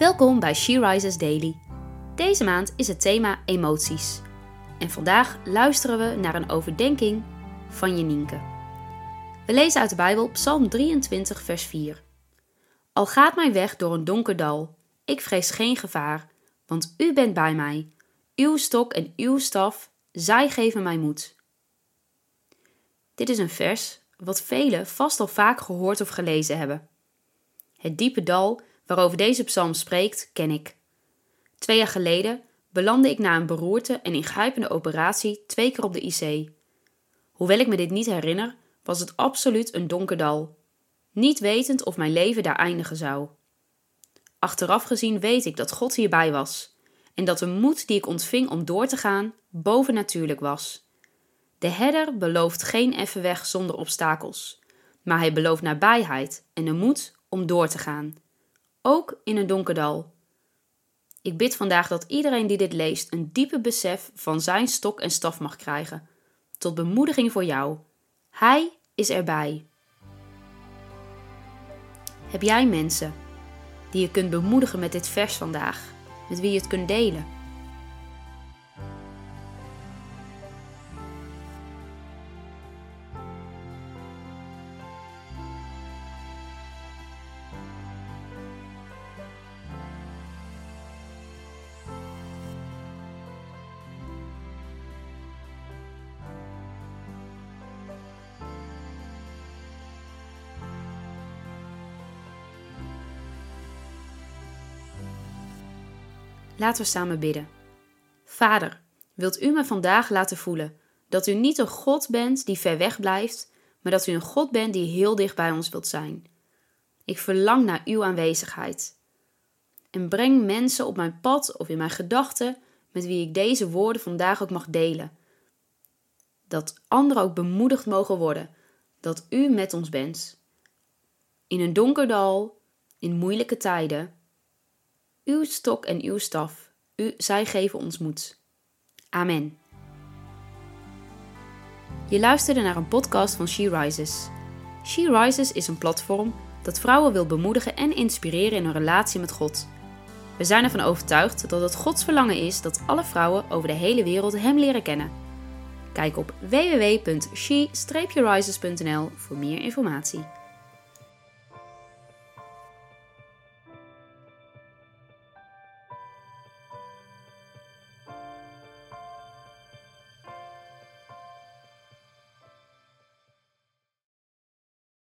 Welkom bij She Rises Daily. Deze maand is het thema emoties. En vandaag luisteren we naar een overdenking van Jenienke. We lezen uit de Bijbel Psalm 23 vers 4. Al gaat mijn weg door een donker dal, ik vrees geen gevaar, want u bent bij mij. Uw stok en uw staf, zij geven mij moed. Dit is een vers wat velen vast al vaak gehoord of gelezen hebben. Het diepe dal waarover deze psalm spreekt, ken ik. 2 jaar geleden belandde ik na een beroerte en ingrijpende operatie 2 keer op de IC. Hoewel ik me dit niet herinner, was het absoluut een donker dal. Niet wetend of mijn leven daar eindigen zou. Achteraf gezien weet ik dat God hierbij was en dat de moed die ik ontving om door te gaan bovennatuurlijk was. De herder belooft geen effen weg zonder obstakels, maar hij belooft nabijheid en de moed om door te gaan. Ook in een donker dal. Ik bid vandaag dat iedereen die dit leest een diepe besef van zijn stok en staf mag krijgen. Tot bemoediging voor jou. Hij is erbij. Heb jij mensen die je kunt bemoedigen met dit vers vandaag? Met wie je het kunt delen? Laten we samen bidden. Vader, wilt u me vandaag laten voelen dat u niet een God bent die ver weg blijft, maar dat u een God bent die heel dicht bij ons wilt zijn. Ik verlang naar uw aanwezigheid. En breng mensen op mijn pad of in mijn gedachten met wie ik deze woorden vandaag ook mag delen. Dat anderen ook bemoedigd mogen worden dat u met ons bent. In een donker dal, in moeilijke tijden. Uw stok en uw staf, zij geven ons moed. Amen. Je luisterde naar een podcast van She Rises. She Rises is een platform dat vrouwen wil bemoedigen en inspireren in hun relatie met God. We zijn ervan overtuigd dat het Gods verlangen is dat alle vrouwen over de hele wereld Hem leren kennen. Kijk op www.she-rises.nl voor meer informatie.